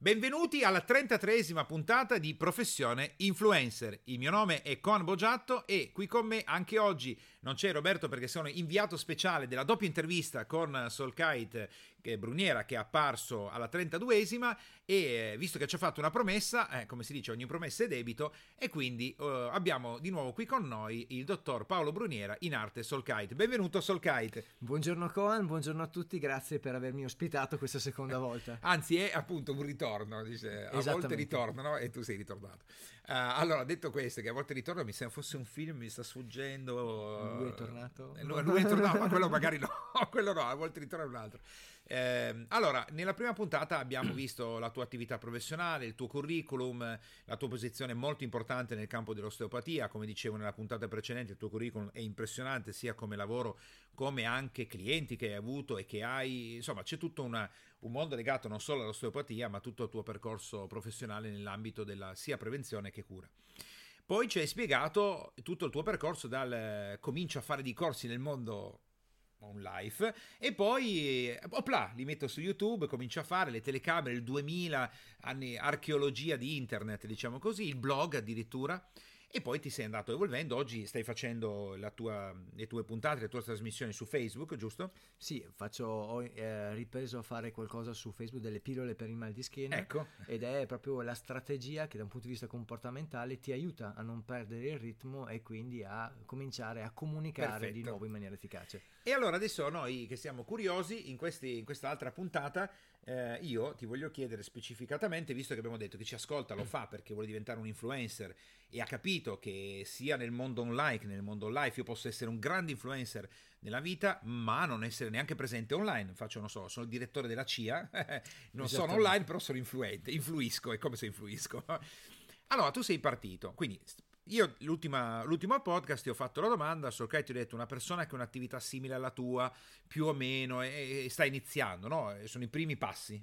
Benvenuti alla 33esima puntata di Professione Influencer. Il mio nome è Coan Boggiatto e qui con me anche oggi non c'è Roberto perché sono inviato speciale della doppia intervista con Solkite Bruniera che è apparso alla 32esima e visto che ci ha fatto una promessa, come si dice ogni promessa è debito, e quindi abbiamo di nuovo qui con noi il dottor Paolo Bruniera in arte Solkite. Benvenuto Solkite. Buongiorno Coan, buongiorno a tutti, grazie per avermi ospitato questa seconda volta. Anzi è appunto un ritorno, dice, a volte ritornano e tu sei ritornato. Allora, detto questo, che a volte ritorno mi sembra fosse un film, mi sta sfuggendo. Lui è tornato? Lui è tornato, ma quello magari no, quello no, a volte ritorna un altro. Allora, nella prima puntata abbiamo visto la tua attività professionale, il tuo curriculum, la tua posizione molto importante nel campo dell'osteopatia. Come dicevo nella puntata precedente, il tuo curriculum è impressionante sia come lavoro come anche clienti che hai avuto e che hai, insomma c'è tutto un mondo legato non solo all'osteopatia ma tutto il tuo percorso professionale nell'ambito della sia prevenzione che cura. Poi ci hai spiegato tutto il tuo percorso dal comincio a fare dei corsi nel mondo on life e poi opla, li metto su YouTube, comincio a fare le telecamere, il 2000, anni archeologia di internet, diciamo così, il blog addirittura, e poi ti sei andato evolvendo. Oggi stai facendo le tue puntate, le tue trasmissioni su Facebook, giusto? Sì, ho ripreso a fare qualcosa su Facebook, delle pillole per il mal di schiena, ecco. Ed è proprio la strategia che da un punto di vista comportamentale ti aiuta a non perdere il ritmo e quindi a cominciare a comunicare Perfetto. di nuovo in maniera efficace. E allora adesso noi che siamo curiosi, in questa altra puntata io ti voglio chiedere specificatamente, visto che abbiamo detto che ci ascolta, lo fa perché vuole diventare un influencer e ha capito che sia nel mondo online che nel mondo live io posso essere un grande influencer nella vita ma non essere neanche presente online. Non so, sono il direttore della CIA, non sono online però sono influisco, è come se influisco. Allora tu sei partito, quindi io l'ultimo podcast ti ho fatto la domanda, Solkite, ti ho detto una persona che ha un'attività simile alla tua più o meno e sta iniziando, no? Sono i primi passi.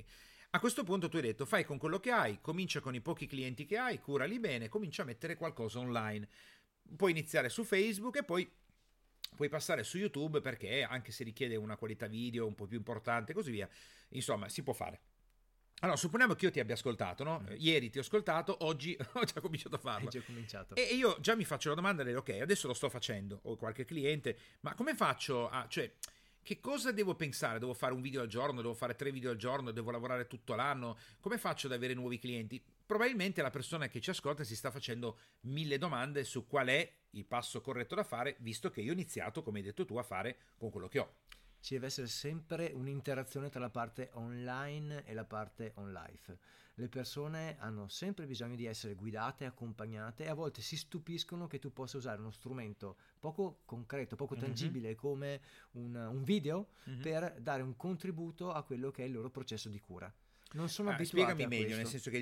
A questo punto tu hai detto fai con quello che hai, comincia con i pochi clienti che hai, curali bene, comincia a mettere qualcosa online. Puoi iniziare su Facebook e poi puoi passare su YouTube perché anche se richiede una qualità video un po' più importante e così via, insomma si può fare. Allora, supponiamo che io ti abbia ascoltato, no? Ieri ti ho ascoltato, oggi ho già cominciato a farlo. Hai già cominciato. E io già mi faccio la domanda del ok, adesso lo sto facendo, ho qualche cliente, ma come faccio a... cioè, che cosa devo pensare? Devo fare un video al giorno, devo fare 3 video al giorno, devo lavorare tutto l'anno? Come faccio ad avere nuovi clienti? Probabilmente la persona che ci ascolta si sta facendo 1000 domande su qual è il passo corretto da fare, visto che io ho iniziato, come hai detto tu, a fare con quello che ho. Ci deve essere sempre un'interazione tra la parte online e la parte on life. Le persone hanno sempre bisogno di essere guidate, accompagnate e a volte si stupiscono che tu possa usare uno strumento poco concreto, poco tangibile come un video per dare un contributo a quello che è il loro processo di cura. Non sono abituati spiegami a meglio, questo. nel senso che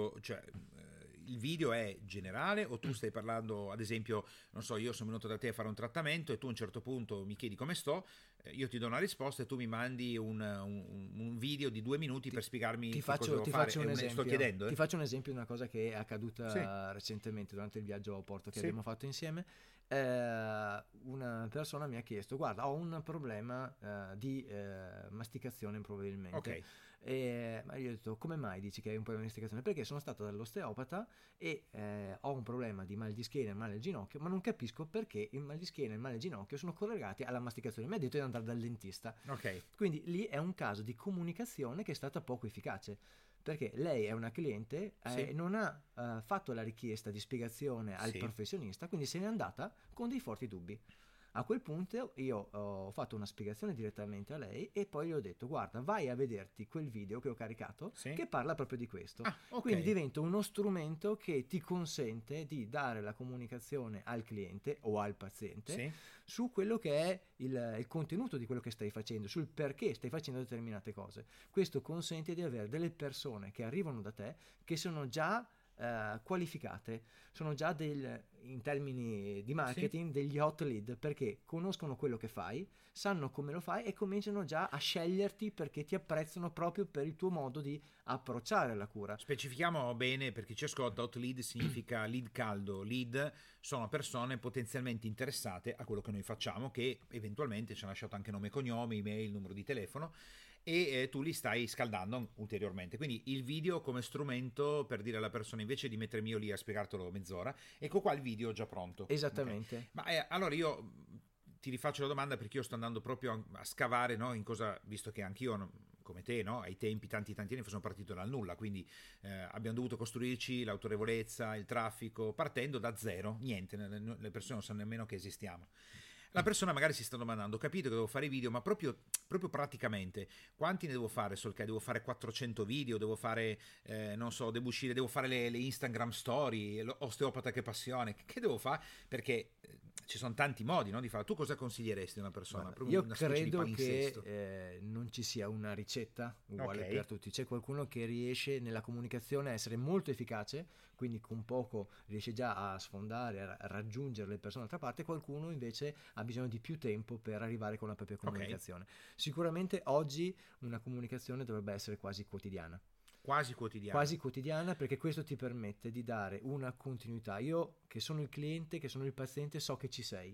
il video è generale o tu stai parlando, ad esempio, non so, io sono venuto da te a fare un trattamento e tu a un certo punto mi chiedi come sto, io ti do una risposta e tu mi mandi un video di 2 minuti per spiegarmi ti cosa devo fare. Faccio un esempio. Sto chiedendo. Ti faccio un esempio di una cosa che è accaduta recentemente durante il viaggio a Porto che abbiamo fatto insieme. Una persona mi ha chiesto: guarda, ho un problema di masticazione probabilmente. Ok. Ma io ho detto: come mai dici che hai un problema di masticazione? Perché sono stato dall'osteopata e ho un problema di mal di schiena e male al ginocchio, ma non capisco perché il mal di schiena e il male al ginocchio sono collegati alla masticazione. Mi ha detto di andare dal dentista. Ok. Quindi lì è un caso di comunicazione che è stata poco efficace, perché lei è una cliente, non ha fatto la richiesta di spiegazione al professionista, quindi se n'è andata con dei forti dubbi. A quel punto io ho fatto una spiegazione direttamente a lei e poi gli ho detto: guarda, vai a vederti quel video che ho caricato che parla proprio di questo. Okay. Quindi diventa uno strumento che ti consente di dare la comunicazione al cliente o al paziente su quello che è il contenuto di quello che stai facendo, sul perché stai facendo determinate cose. Questo consente di avere delle persone che arrivano da te che sono già qualificate, sono già in termini di marketing degli hot lead, perché conoscono quello che fai, sanno come lo fai e cominciano già a sceglierti perché ti apprezzano proprio per il tuo modo di approcciare la cura. Specifichiamo bene perché ci ascolta. Hot lead significa lead caldo. Lead sono persone potenzialmente interessate a quello che noi facciamo, che eventualmente ci hanno lasciato anche nome e cognome, email, numero di telefono, e tu li stai scaldando ulteriormente. Quindi il video come strumento per dire alla persona, invece di mettermi io lì a spiegartelo mezz'ora, ecco qua il video già pronto. Esattamente. Okay. Ma allora io ti rifaccio la domanda, perché io sto andando proprio a scavare, no, in cosa, visto che anch'io come te, no, ai tempi tanti anni sono partito dal nulla, quindi abbiamo dovuto costruirci l'autorevolezza, il traffico, partendo da zero, niente, le persone non sanno nemmeno che esistiamo. La persona magari si sta domandando: ho capito che devo fare video, ma proprio praticamente quanti ne devo fare? Devo fare 400 video, devo fare non so, devo uscire, devo fare le Instagram story, l'osteopata che passione, che devo fare? Perché ci sono tanti modi, no, di fare. Tu cosa consiglieresti a una persona? Guarda, io credo che non ci sia una ricetta uguale per tutti. C'è qualcuno che riesce nella comunicazione a essere molto efficace, quindi con poco riesce già a sfondare, a raggiungere le persone d'altra parte. Qualcuno invece ha bisogno di più tempo per arrivare con la propria comunicazione. Sicuramente oggi una comunicazione dovrebbe essere quasi quotidiana. Quasi quotidiana, perché questo ti permette di dare una continuità. Io, che sono il cliente, che sono il paziente, so che ci sei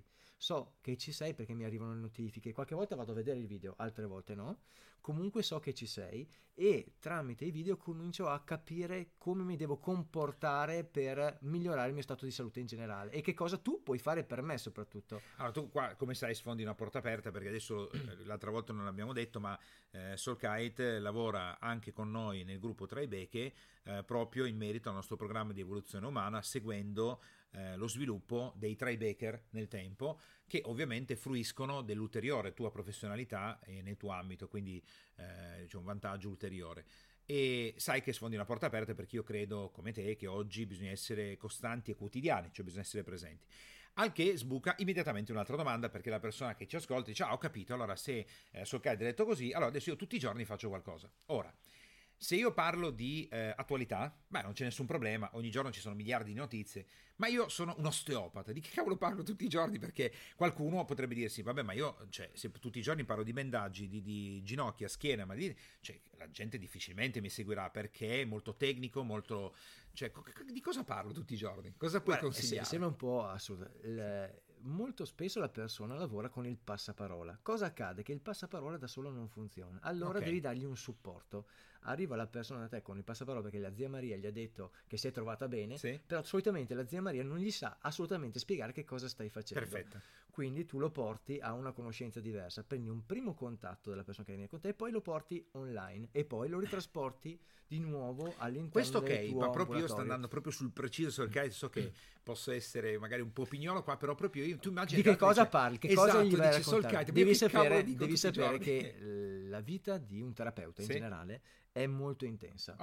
perché mi arrivano le notifiche. Qualche volta vado a vedere il video, altre volte no. Comunque so che ci sei, e tramite i video comincio a capire come mi devo comportare per migliorare il mio stato di salute in generale, e che cosa tu puoi fare per me soprattutto. Allora, tu qua, come sai, sfondi una porta aperta, perché adesso l'altra volta non l'abbiamo detto, ma Soulkite lavora anche con noi nel gruppo Tribeche proprio in merito al nostro programma di evoluzione umana, seguendo lo sviluppo dei Tribeker nel tempo, che ovviamente fruiscono dell'ulteriore tua professionalità nel tuo ambito, quindi c'è un vantaggio ulteriore. E sai che sfondi una porta aperta, perché io credo come te che oggi bisogna essere costanti e quotidiani, cioè bisogna essere presenti. Al che sbuca immediatamente un'altra domanda, perché la persona che ci ascolta dice: ah, ho capito, allora se Soulkite ha detto così, allora adesso io tutti i giorni faccio qualcosa. Ora, se io parlo di attualità, beh, non c'è nessun problema, ogni giorno ci sono miliardi di notizie, ma io sono un osteopata, di che cavolo parlo tutti i giorni? Perché qualcuno potrebbe dirsi: vabbè, ma io, cioè, se tutti i giorni parlo di bendaggi, di ginocchia, schiena, cioè, la gente difficilmente mi seguirà, perché è molto tecnico, molto... Cioè, di cosa parlo tutti i giorni? Cosa puoi consigliare? Sembra un po' assurdo. Molto spesso la persona lavora con il passaparola. Cosa accade? Che il passaparola da solo non funziona. Allora devi dargli un supporto. Arriva la persona da te con il passaparola perché la zia Maria gli ha detto che si è trovata bene, sì, però solitamente la zia Maria non gli sa assolutamente spiegare che cosa stai facendo. Perfetto. Quindi tu lo porti a una conoscenza diversa, prendi un primo contatto della persona che viene con te, poi lo porti online e poi lo ritrasporti di nuovo all'interno questo del tuo ma proprio io ambulatorio. sto andando proprio sul preciso, perché so che posso essere magari un po' pignolo qua, però proprio io, tu immagini di che cosa parli, che cosa gli vai a raccontare. Devi sapere che la vita di un terapeuta in generale è molto intensa.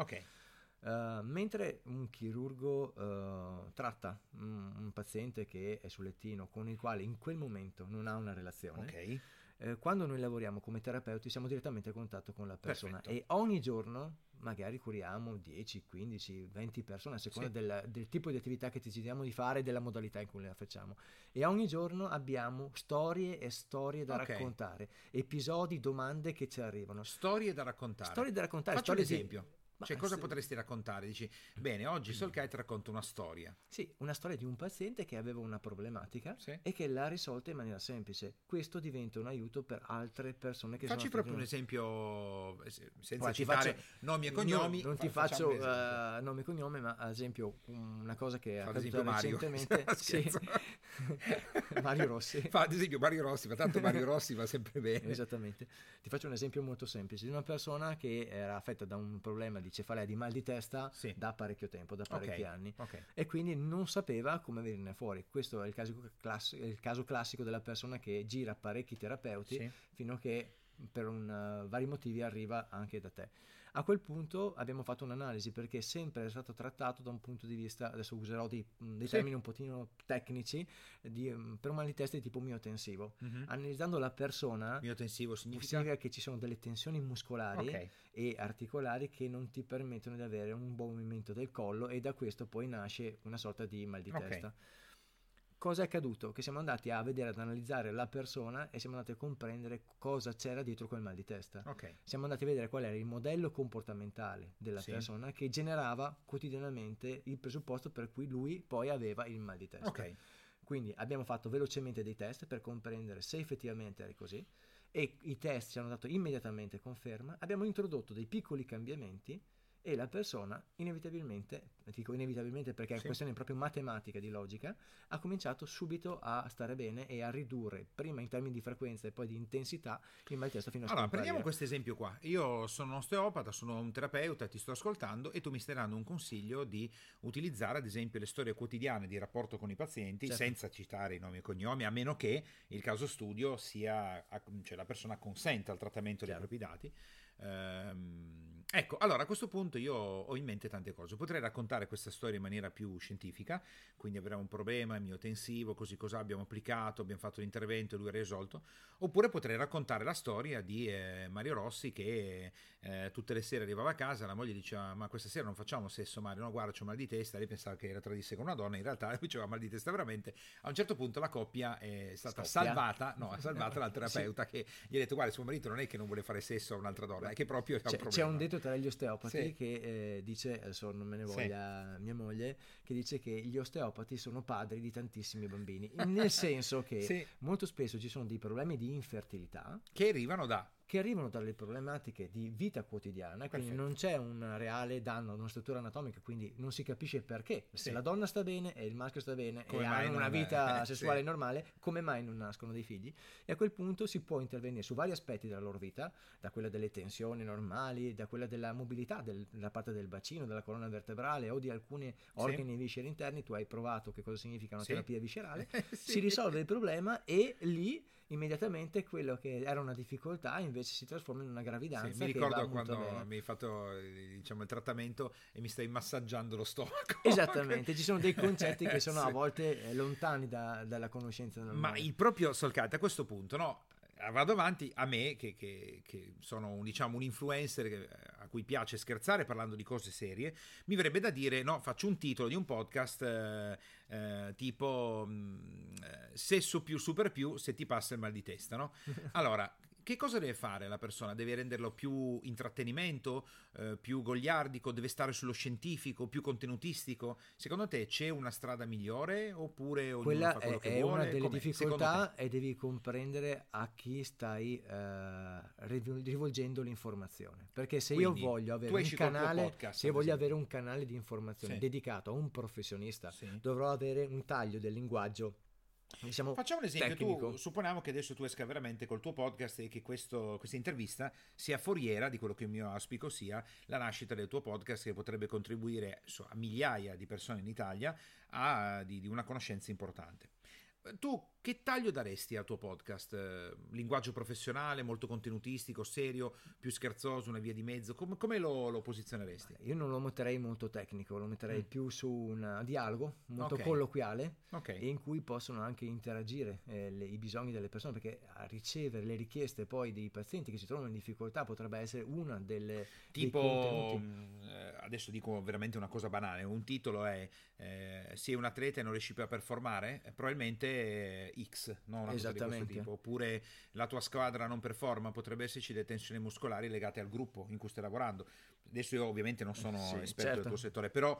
Mentre un chirurgo tratta un paziente che è sul lettino, con il quale in quel momento non ha una relazione, quando noi lavoriamo come terapeuti siamo direttamente a contatto con la persona. Perfetto. E ogni giorno magari curiamo 10, 15, 20 persone a seconda del tipo di attività che decidiamo di fare e della modalità in cui la facciamo, e ogni giorno abbiamo storie e storie da raccontare, episodi, domande che ci arrivano, storie da raccontare. Faccio un esempio. Cioè, cosa potresti raccontare? Dici, bene, oggi Soulkite racconta una storia. Sì, una storia di un paziente che aveva una problematica e che l'ha risolta in maniera semplice. Questo diventa un aiuto per altre persone che Facci proprio un esempio senza citare nomi e cognomi. Non ti faccio nomi e cognomi, ma ad esempio una cosa che è accaduta recentemente. Mario Rossi. Ad esempio Mario Rossi, ma tanto Mario Rossi va sempre bene. Esattamente. Ti faccio un esempio molto semplice di una persona che era affetta da un problema di cefalea, di mal di testa da parecchio tempo, da parecchi anni, e quindi non sapeva come venirne fuori. Questo è il caso classico della persona che gira parecchi terapeuti fino a che per vari motivi arriva anche da te. A quel punto abbiamo fatto un'analisi, perché sempre è stato trattato da un punto di vista, adesso userò dei termini un pochino tecnici, per un mal di testa di tipo miotensivo. Analizzando la persona, miotensivo significa che ci sono delle tensioni muscolari e articolari che non ti permettono di avere un buon movimento del collo, e da questo poi nasce una sorta di mal di testa. Cosa è accaduto? Che siamo andati a vedere, ad analizzare la persona, e siamo andati a comprendere cosa c'era dietro quel mal di testa. Siamo andati a vedere qual era il modello comportamentale della persona che generava quotidianamente il presupposto per cui lui poi aveva il mal di testa. Quindi abbiamo fatto velocemente dei test per comprendere se effettivamente era così, e i test ci hanno dato immediatamente conferma, abbiamo introdotto dei piccoli cambiamenti e la persona inevitabilmente, dico inevitabilmente perché è una questione proprio matematica di logica, ha cominciato subito a stare bene e a ridurre, prima in termini di frequenza e poi di intensità, il mal di testa fino a scomparire. Allora, prendiamo questo esempio qua. Io sono un osteopata, sono un terapeuta, ti sto ascoltando e tu mi stai dando un consiglio di utilizzare ad esempio le storie quotidiane di rapporto con i pazienti, senza citare i nomi e cognomi, a meno che il caso studio sia, cioè la persona consenta il trattamento dei propri dati. Ecco, allora a questo punto io ho in mente tante cose. Potrei raccontare questa storia in maniera più scientifica, quindi avremo un problema, il mio tensivo, così cosa abbiamo applicato, abbiamo fatto l'intervento e lui ha risolto. Oppure potrei raccontare la storia di Mario Rossi che tutte le sere arrivava a casa, la moglie diceva: ma questa sera non facciamo sesso, Mario? No, guarda, c'ho mal di testa. Lei pensava che era tradisse con una donna, in realtà lui aveva mal di testa veramente. A un certo punto la coppia è stata salvata dal terapeuta che gli ha detto: guarda, suo marito non è che non vuole fare sesso a un'altra donna, è che proprio c'è un problema. C'è un detto tra gli osteopati che dice, adesso non me ne voglia mia moglie, che dice che gli osteopati sono padri di tantissimi bambini, nel senso che molto spesso ci sono dei problemi di infertilità che arrivano dalle problematiche di vita quotidiana, quindi non c'è un reale danno ad una struttura anatomica, quindi non si capisce perché. Se la donna sta bene e il maschio sta bene come e hanno una vita sessuale normale, come mai non nascono dei figli? E a quel punto si può intervenire su vari aspetti della loro vita, da quella delle tensioni normali, da quella della mobilità della parte del bacino, della colonna vertebrale o di alcuni organi e visceri interni. Tu hai provato che cosa significa una terapia viscerale, si risolve il problema e lì immediatamente quello che era una difficoltà invece si trasforma in una gravidanza. Mi ricordo quando mi hai fatto il trattamento e mi stai massaggiando lo stomaco. Esattamente, ci sono dei concetti che sono a volte lontani dalla conoscenza normale. Ma il proprio Solcate a questo punto, no? Vado avanti, a me che sono un influencer a cui piace scherzare parlando di cose serie, mi verrebbe da dire, no, faccio un titolo di un podcast tipo sesso più super più se ti passa il mal di testa, no? Allora, che cosa deve fare la persona? Deve renderlo più intrattenimento, più goliardico, deve stare sullo scientifico, più contenutistico? Secondo te c'è una strada migliore oppure ognuno quella fa quello che è vuole? Una delle difficoltà e devi comprendere a chi stai rivolgendo l'informazione, perché se io voglio avere un canale podcast, se io voglio avere un canale di informazione dedicato a un professionista, dovrò avere un taglio del linguaggio. Facciamo un esempio, tecnico. Supponiamo che adesso tu esca veramente col tuo podcast e che questa intervista sia foriera di quello che il mio auspico sia la nascita del tuo podcast, che potrebbe contribuire a migliaia di persone in Italia di una conoscenza importante. Tu che taglio daresti al tuo podcast? Linguaggio professionale, molto contenutistico, serio, più scherzoso, una via di mezzo? Come lo posizioneresti? Io non lo metterei molto tecnico, lo metterei più su un dialogo molto colloquiale e in cui possono anche interagire i bisogni delle persone, perché a ricevere le richieste poi dei pazienti che si trovano in difficoltà potrebbe essere una delle tipo adesso dico veramente una cosa banale, un titolo è sei un atleta e non riesci più a performare, probabilmente X, no? Una cosa di questo tipo. Oppure la tua squadra non performa, potrebbe esserci delle tensioni muscolari legate al gruppo in cui stai lavorando. Adesso io ovviamente non sono esperto del tuo settore, però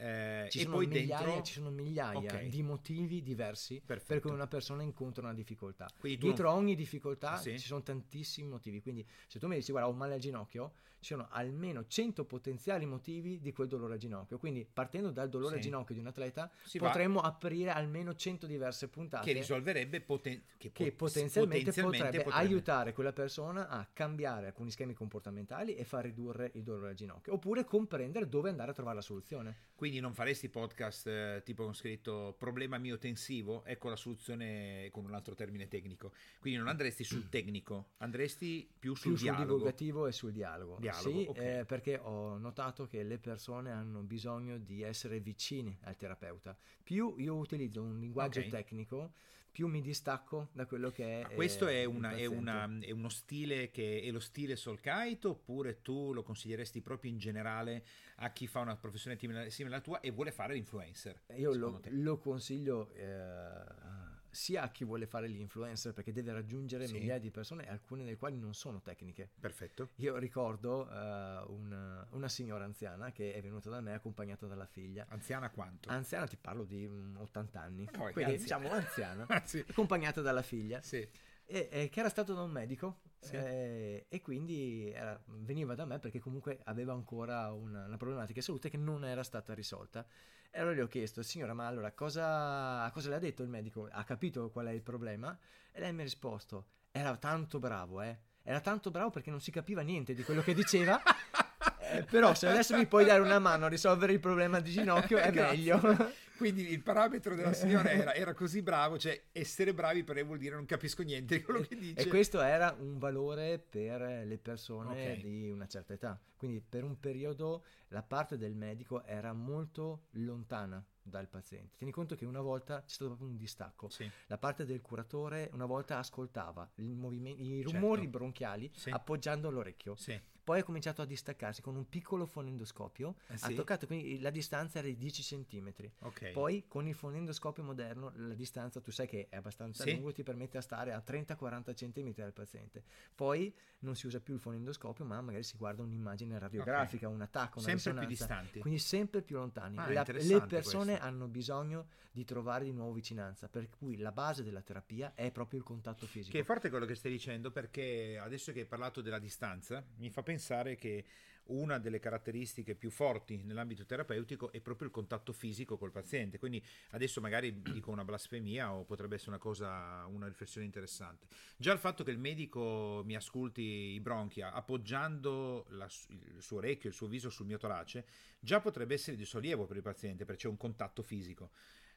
ci sono migliaia di motivi diversi per cui una persona incontra una difficoltà. Dietro ogni difficoltà ci sono tantissimi motivi, quindi se tu mi dici guarda ho un male al ginocchio, ci sono almeno 100 potenziali motivi di quel dolore al ginocchio, quindi partendo dal dolore al ginocchio di un atleta potremmo aprire almeno 100 diverse puntate che risolverebbe che potenzialmente potrebbe aiutare quella persona a cambiare alcuni schemi comportamentali e far ridurre il dolore al ginocchio, oppure comprendere dove andare a trovare la soluzione. Quindi non faresti podcast tipo con scritto problema miotensivo, ecco la soluzione con un altro termine tecnico, quindi non andresti sul tecnico, andresti più sul divulgativo e sul dialogo. Sì, perché ho notato che le persone hanno bisogno di essere vicini al terapeuta. Più io utilizzo un linguaggio tecnico, più mi distacco da quello che è. Questo è uno stile che è lo stile Solkite, oppure tu lo consiglieresti proprio in generale a chi fa una professione simile alla tua e vuole fare l'influencer? Io lo consiglio sia a chi vuole fare l'influencer, perché deve raggiungere migliaia di persone, alcune delle quali non sono tecniche. Perfetto. Io ricordo una signora anziana che è venuta da me accompagnata dalla figlia. Anziana quanto? Anziana, ti parlo di 80 anni. Quindi diciamo anziana, accompagnata dalla figlia. che era stato da un medico, Sì. e quindi veniva da me perché comunque aveva ancora una problematica di salute che non era stata risolta. E allora gli ho chiesto: signora, ma allora cosa le ha detto il medico? Ha capito qual è il problema? E lei mi ha risposto: era tanto bravo, era tanto bravo perché non si capiva niente di quello che diceva. Però se adesso mi puoi dare una mano a risolvere il problema di ginocchio è meglio. Quindi il parametro della signora era così bravo, cioè essere bravi per lei vuol dire non capisco niente di quello che dice. E questo era un valore per le persone di una certa età. Quindi per un periodo la parte del medico era molto lontana dal paziente. Tieni conto che una volta c'è stato proprio un distacco. Sì. La parte del curatore una volta ascoltava i rumori bronchiali appoggiando l'orecchio. Sì. Poi ha cominciato a distaccarsi con un piccolo fonendoscopio, ha toccato, quindi la distanza era di 10 centimetri. Poi con il fonendoscopio moderno la distanza, tu sai che è abbastanza lungo, ti permette a stare a 30-40 centimetri dal paziente. Poi non si usa più il fonendoscopio, ma magari si guarda un'immagine radiografica, un attacco, una sempre risonanza. Più distanti. Quindi sempre più lontani. Le persone hanno bisogno di trovare di nuovo vicinanza, per cui la base della terapia è proprio il contatto fisico. Che è forte quello che stai dicendo, perché adesso che hai parlato della distanza mi fa pensare che una delle caratteristiche più forti nell'ambito terapeutico è proprio il contatto fisico col paziente. Quindi adesso magari dico una blasfemia o potrebbe essere una riflessione interessante. Già il fatto che il medico mi ascolti i bronchi appoggiando il suo orecchio, il suo viso sul mio torace, già potrebbe essere di sollievo per il paziente, perché c'è un contatto fisico.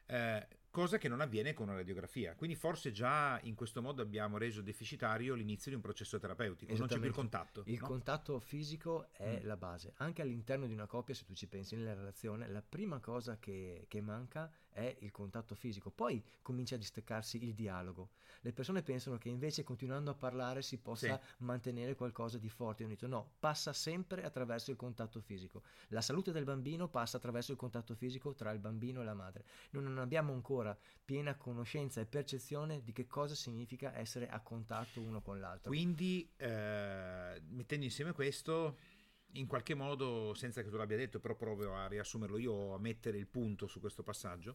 Cosa che non avviene con una radiografia, quindi forse già in questo modo abbiamo reso deficitario l'inizio di un processo terapeutico, non c'è più il contatto. Il contatto fisico è la base, anche all'interno di una coppia, se tu ci pensi nella relazione, la prima cosa che manca è il contatto fisico, poi comincia a distaccarsi il dialogo. Le persone pensano che invece continuando a parlare si possa mantenere qualcosa di forte. Io ho detto no, passa sempre attraverso il contatto fisico. La salute del bambino passa attraverso il contatto fisico tra il bambino e la madre. Noi non abbiamo ancora piena conoscenza e percezione di che cosa significa essere a contatto uno con l'altro. Quindi mettendo insieme questo, in qualche modo, senza che tu l'abbia detto, però provo a riassumerlo io, a mettere il punto su questo passaggio,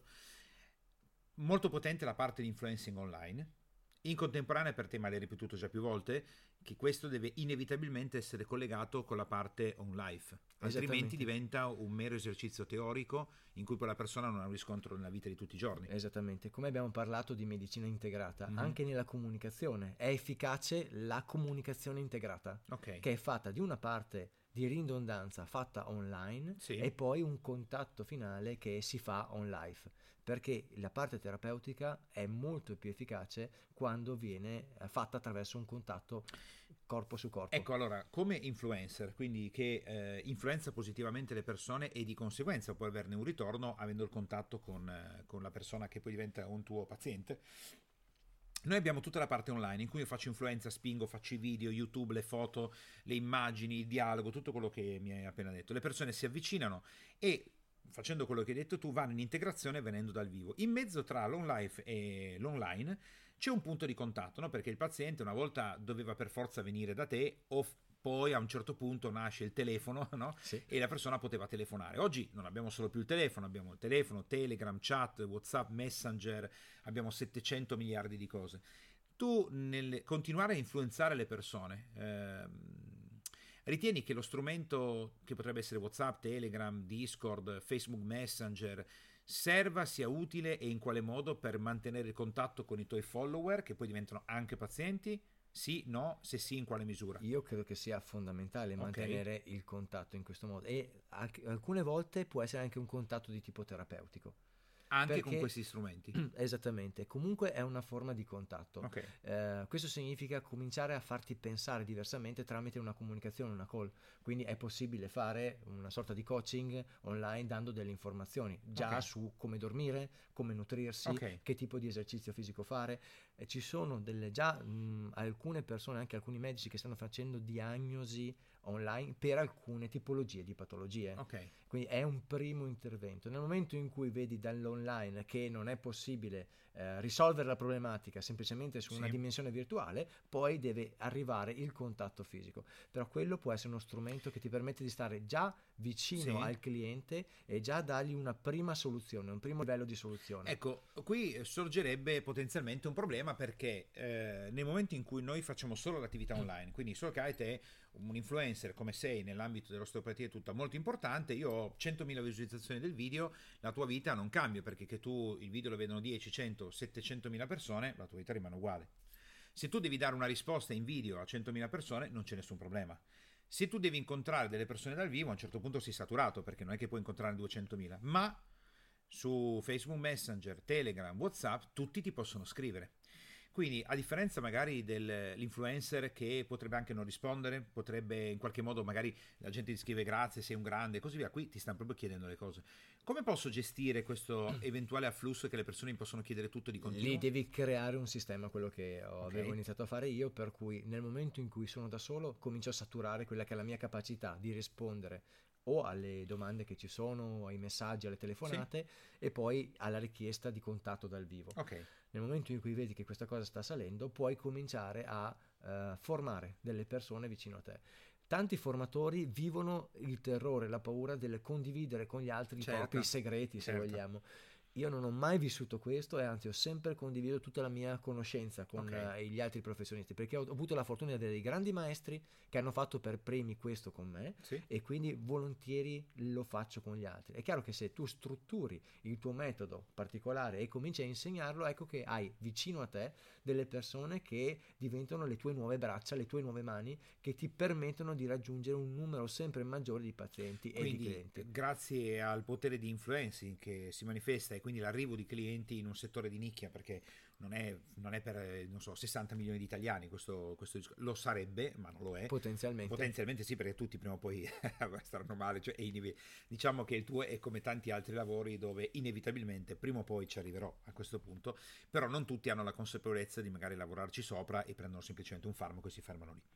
molto potente la parte di influencing online. In contemporanea, per te, ma l'hai ripetuto già più volte, che questo deve inevitabilmente essere collegato con la parte on life, altrimenti diventa un mero esercizio teorico in cui poi la persona non ha un riscontro nella vita di tutti i giorni. Esattamente, come abbiamo parlato di medicina integrata, anche nella comunicazione è efficace la comunicazione integrata, che è fatta di una parte di ridondanza fatta online e poi un contatto finale che si fa on life, perché la parte terapeutica è molto più efficace quando viene fatta attraverso un contatto corpo su corpo. Ecco, allora, come influencer, quindi che influenza positivamente le persone e di conseguenza può averne un ritorno avendo il contatto con la persona che poi diventa un tuo paziente. Noi abbiamo tutta la parte online in cui io faccio influenza, spingo, faccio i video, YouTube, le foto, le immagini, il dialogo, tutto quello che mi hai appena detto. Le persone si avvicinano e, facendo quello che hai detto tu, vanno in integrazione venendo dal vivo. In mezzo tra l'on-life e l'online c'è un punto di contatto, no? Perché il paziente una volta doveva per forza venire da te o poi a un certo punto nasce il telefono, no? E la persona poteva telefonare. Oggi non abbiamo solo più il telefono, abbiamo il telefono, Telegram, chat, WhatsApp, Messenger, abbiamo 700 miliardi di cose. Tu, nel continuare a influenzare le persone, ritieni che lo strumento che potrebbe essere WhatsApp, Telegram, Discord, Facebook Messenger serva, sia utile e in quale modo per mantenere il contatto con i tuoi follower che poi diventano anche pazienti? Sì, no, se sì, in quale misura? Io credo che sia fondamentale mantenere il contatto in questo modo e alcune volte può essere anche un contatto di tipo terapeutico. Anche con questi strumenti. Esattamente, comunque è una forma di contatto. Questo significa cominciare a farti pensare diversamente tramite una comunicazione, una call. Quindi è possibile fare una sorta di coaching online dando delle informazioni già su come dormire, come nutrirsi, che tipo di esercizio fisico fare. Ci sono alcune persone, anche alcuni medici che stanno facendo diagnosi online per alcune tipologie di patologie. Quindi è un primo intervento. Nel momento in cui vedi dall'online che non è possibile risolvere la problematica semplicemente su una dimensione virtuale, poi deve arrivare il contatto fisico. Però quello può essere uno strumento che ti permette di stare già vicino al cliente e già dargli una prima soluzione, un primo livello di soluzione. Ecco, qui sorgerebbe potenzialmente un problema, perché nel momento in cui noi facciamo solo l'attività online, quindi Soulkite è un influencer come sei nell'ambito dell'osteopatia, è tutta molto importante, io ho 100.000 visualizzazioni del video, la tua vita non cambia, perché che tu il video lo vedono 10, 100, 700.000 persone, la tua vita rimane uguale. Se tu devi dare una risposta in video a 100.000 persone, non c'è nessun problema. Se tu devi incontrare delle persone dal vivo, a un certo punto sei saturato, perché non è che puoi incontrare 200.000, ma su Facebook Messenger, Telegram, WhatsApp, tutti ti possono scrivere. Quindi, a differenza magari dell'influencer che potrebbe anche non rispondere, potrebbe in qualche modo, magari la gente ti scrive grazie, sei un grande e così via, qui ti stanno proprio chiedendo le cose. Come posso gestire questo eventuale afflusso che le persone mi possono chiedere tutto di continuo? Lì devi creare un sistema, quello che avevo iniziato a fare io, per cui nel momento in cui sono da solo comincio a saturare quella che è la mia capacità di rispondere o alle domande che ci sono, ai messaggi, alle telefonate, e poi alla richiesta di contatto dal vivo. Nel momento in cui vedi che questa cosa sta salendo, puoi cominciare a formare delle persone vicino a te. Tanti formatori vivono il terrore, la paura del condividere con gli altri i propri segreti, se vogliamo. Io non ho mai vissuto questo, e anzi ho sempre condiviso tutta la mia conoscenza con gli altri professionisti, perché ho avuto la fortuna di avere dei grandi maestri che hanno fatto per primi questo con me, e quindi volentieri lo faccio con gli altri. È chiaro che se tu strutturi il tuo metodo particolare e cominci a insegnarlo, ecco che hai vicino a te delle persone che diventano le tue nuove braccia, le tue nuove mani, che ti permettono di raggiungere un numero sempre maggiore di pazienti e di clienti. Grazie al potere di influencing che si manifesta, e quindi l'arrivo di clienti in un settore di nicchia, perché non è per, non so, 60 milioni di italiani, questo lo sarebbe, ma non lo è. Potenzialmente sì, perché tutti prima o poi staranno male, cioè diciamo che il tuo è come tanti altri lavori dove inevitabilmente prima o poi ci arriverò a questo punto, però non tutti hanno la consapevolezza di magari lavorarci sopra e prendono semplicemente un farmaco e si fermano lì.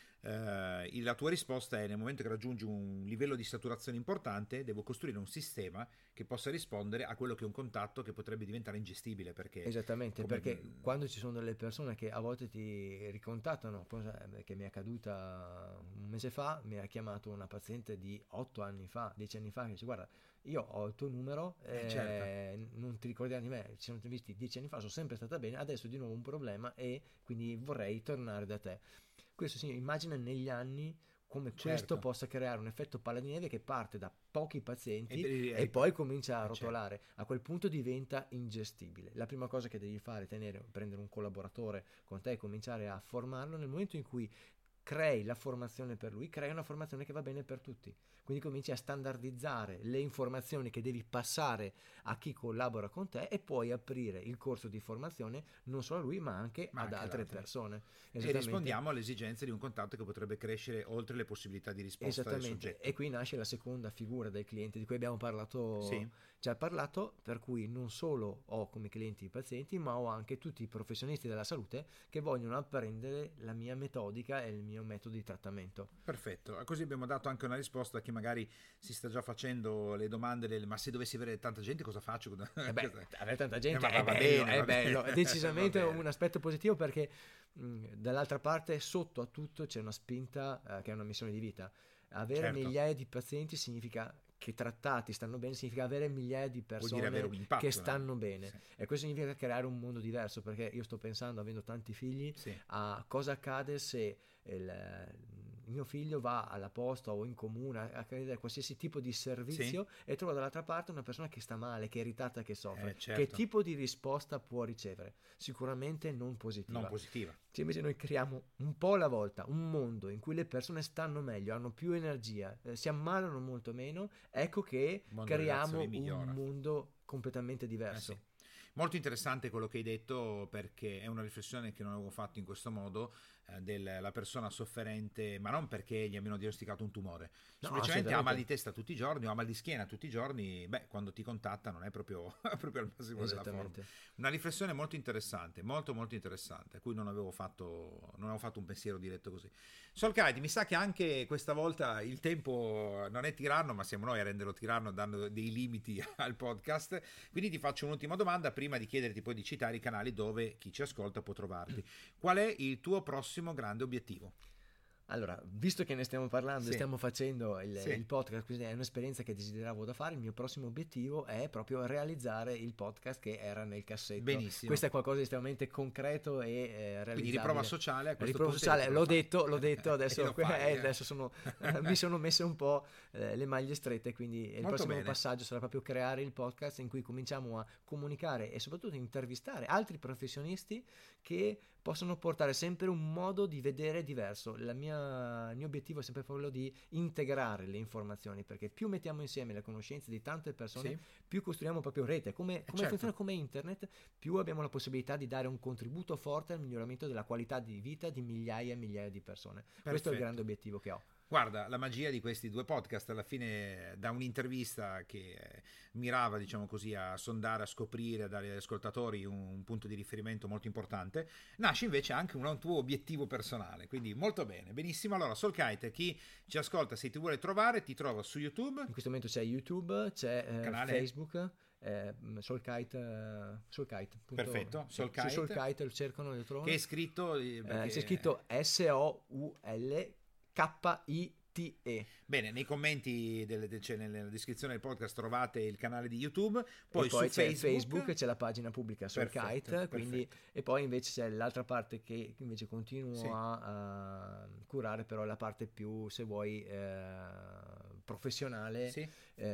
La tua risposta è: nel momento che raggiungi un livello di saturazione importante, devo costruire un sistema che possa rispondere a quello che è un contatto che potrebbe diventare ingestibile, perché perché quando ci sono delle persone che a volte ti ricontattano, cosa che mi è accaduta un mese fa, mi ha chiamato una paziente di 8 anni fa, 10 anni fa, che dice: guarda, io ho il tuo numero, non ti ricordi di me, ci siamo visti 10 anni fa, sono sempre stata bene, adesso di nuovo un problema e quindi vorrei tornare da te. Questo sì, immagina negli anni come questo possa creare un effetto palla di neve che parte da pochi pazienti e poi comincia a rotolare. A quel punto diventa ingestibile. La prima cosa che devi fare è prendere un collaboratore con te e cominciare a formarlo. Nel momento in cui crei la formazione per lui, crei una formazione che va bene per tutti. Quindi cominci a standardizzare le informazioni che devi passare a chi collabora con te, e puoi aprire il corso di formazione non solo a lui ma anche ad altre persone. E rispondiamo alle esigenze di un contatto che potrebbe crescere oltre le possibilità di risposta del soggetto. E qui nasce la seconda figura del cliente di cui abbiamo già parlato, per cui non solo ho come clienti i pazienti, ma ho anche tutti i professionisti della salute che vogliono apprendere la mia metodica e il mio metodo di trattamento. Perfetto, così abbiamo dato anche una risposta a chi magari si sta già facendo le domande ma se dovessi avere tanta gente cosa faccio? Avere tanta gente è bello, decisamente un aspetto positivo, perché dall'altra parte sotto a tutto c'è una spinta che è una missione di vita. Avere migliaia di pazienti significa che trattati stanno bene, significa avere migliaia di persone che stanno bene, e questo significa creare un mondo diverso, perché io sto pensando, avendo tanti figli, a cosa accade se il mio figlio va alla posta o in comune a chiedere qualsiasi tipo di servizio e trova dall'altra parte una persona che sta male, che è irritata, che soffre. Che tipo di risposta può ricevere? Sicuramente non positiva. Se invece noi creiamo un po' alla volta un mondo in cui le persone stanno meglio, hanno più energia, si ammalano molto meno, ecco che creiamo un mondo completamente diverso. Molto interessante quello che hai detto, perché è una riflessione che non avevo fatto in questo modo, della persona sofferente, ma non perché gli abbiano diagnosticato un tumore, semplicemente ha mal di testa tutti i giorni o ha mal di schiena tutti i giorni. Quando ti contatta non è proprio al massimo della forma. Una riflessione molto interessante, molto molto interessante, a cui non avevo fatto un pensiero diretto così. Soulkite, mi sa che anche questa volta il tempo non è tiranno, ma siamo noi a renderlo tiranno, dando dei limiti al podcast. Quindi ti faccio un'ultima domanda prima di chiederti poi di citare i canali dove chi ci ascolta può trovarti. Qual è il tuo prossimo grande obiettivo? Allora, visto che ne stiamo parlando e Sì. stiamo facendo Sì. il podcast, quindi è un'esperienza che desideravo da fare, il mio prossimo obiettivo è proprio realizzare il podcast che era nel cassetto. Benissimo. Questo è qualcosa di estremamente concreto e realizzabile. Quindi riprova sociale a questo Riprova punto sociale, l'ho lo detto, adesso, lo fai, adesso mi sono messe un po' le maglie strette, quindi il Molto prossimo bene. passaggio sarà proprio creare il podcast in cui cominciamo a comunicare e soprattutto intervistare altri professionisti che possono portare sempre un modo di vedere diverso. Il mio obiettivo è sempre quello di integrare le informazioni, perché più mettiamo insieme le conoscenze di tante persone, Sì. più costruiamo proprio rete. Come Certo. funziona come internet, più abbiamo la possibilità di dare un contributo forte al miglioramento della qualità di vita di migliaia e migliaia di persone. Questo è il Perfetto. grande obiettivo che ho. Guarda, la magia di questi 2 podcast alla fine, da un'intervista che mirava, diciamo così, a sondare, a scoprire, a dare agli ascoltatori un punto di riferimento molto importante, nasce invece anche un tuo obiettivo personale, quindi molto bene, benissimo. Allora, Soulkite, chi ci ascolta, se ti vuole trovare, ti trova su YouTube. In questo momento c'è YouTube, c'è Canale? Facebook, Soulkite. Perfetto, Soulkite. Su Soulkite lo cercano e lo trovano. Che è scritto... C'è scritto SOULKITE. Bene, nei commenti, cioè nella descrizione del podcast trovate il canale di YouTube, poi, E poi su c'è Facebook, c'è la pagina pubblica Perfetto, Soulkite, quindi, perfetto. e poi invece c'è l'altra parte che invece continuo Sì. a curare, però è la parte più, se vuoi, professionale, Sì.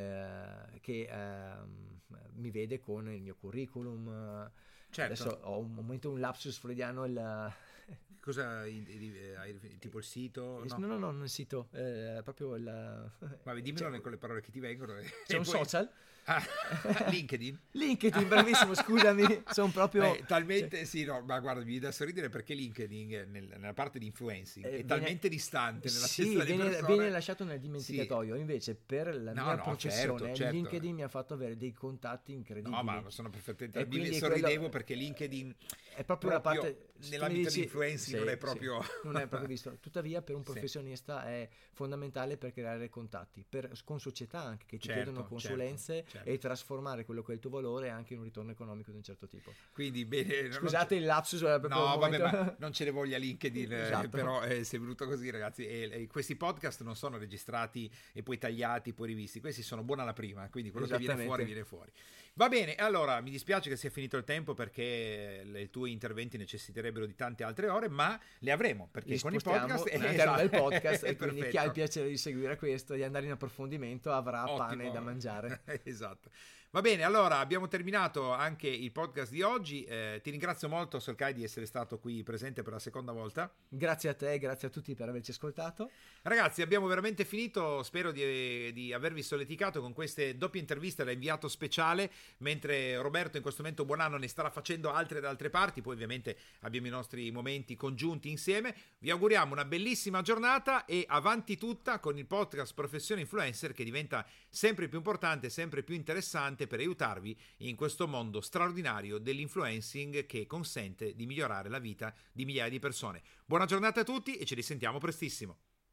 che mi vede con il mio curriculum. Certo. Adesso ho un momento, un lapsus freudiano, Cosa hai tipo il sito? No. no, non il sito, proprio il... Vabbè, dimmelo con le parole che ti vengono. C'è un social? Ah, LinkedIn. LinkedIn, bravissimo, scusami, sono proprio... Talmente sì, no, ma guarda, mi viene da sorridere perché LinkedIn nella parte di influencing è viene- talmente distante nella sì, testa delle persone. viene lasciato nel dimenticatoio. Invece per la No, mia no, professione certo. LinkedIn mi ha fatto avere dei contatti incredibili. No, ma sono perfettamente... E quindi sorridevo quello- perché LinkedIn è proprio la parte nell'ambito di influencing non è proprio... non è proprio visto. Tuttavia per un Sì. professionista è fondamentale per creare contatti con società anche che ti Certo, chiedono consulenze certo. e trasformare quello che è il tuo valore anche in un ritorno economico di un certo tipo. Quindi bene, Scusate il lapsus, era proprio no, un vabbè, momento- ma non ce ne voglia LinkedIn, Esatto. però se è venuto così, ragazzi. E questi podcast non sono registrati e poi tagliati, poi rivisti. Questi sono buona alla prima, quindi quello che viene Esattamente. fuori viene fuori. Va bene, allora mi dispiace che sia finito il tempo perché i tuoi interventi necessiterebbero di tante altre ore, ma le avremo perché Li con i spostiamo podcast all'interno del podcast e quindi Perfetto. chi ha il piacere di seguire questo, di andare in approfondimento, avrà Ottimo. pane da mangiare. Esatto. Va bene, allora abbiamo terminato anche il podcast di oggi. Ti ringrazio molto, Solkai, di essere stato qui presente per la seconda volta. Grazie a te, grazie a tutti per averci ascoltato. Ragazzi, abbiamo veramente finito. Spero di avervi solleticato con queste doppie interviste da inviato speciale, mentre Roberto in questo momento buon anno ne starà facendo altre da altre parti. Poi ovviamente abbiamo i nostri momenti congiunti insieme. Vi auguriamo una bellissima giornata e avanti tutta con il podcast Professione Influencer, che diventa sempre più importante, sempre più interessante per aiutarvi in questo mondo straordinario dell'influencing che consente di migliorare la vita di migliaia di persone. Buona giornata a tutti e ci risentiamo prestissimo.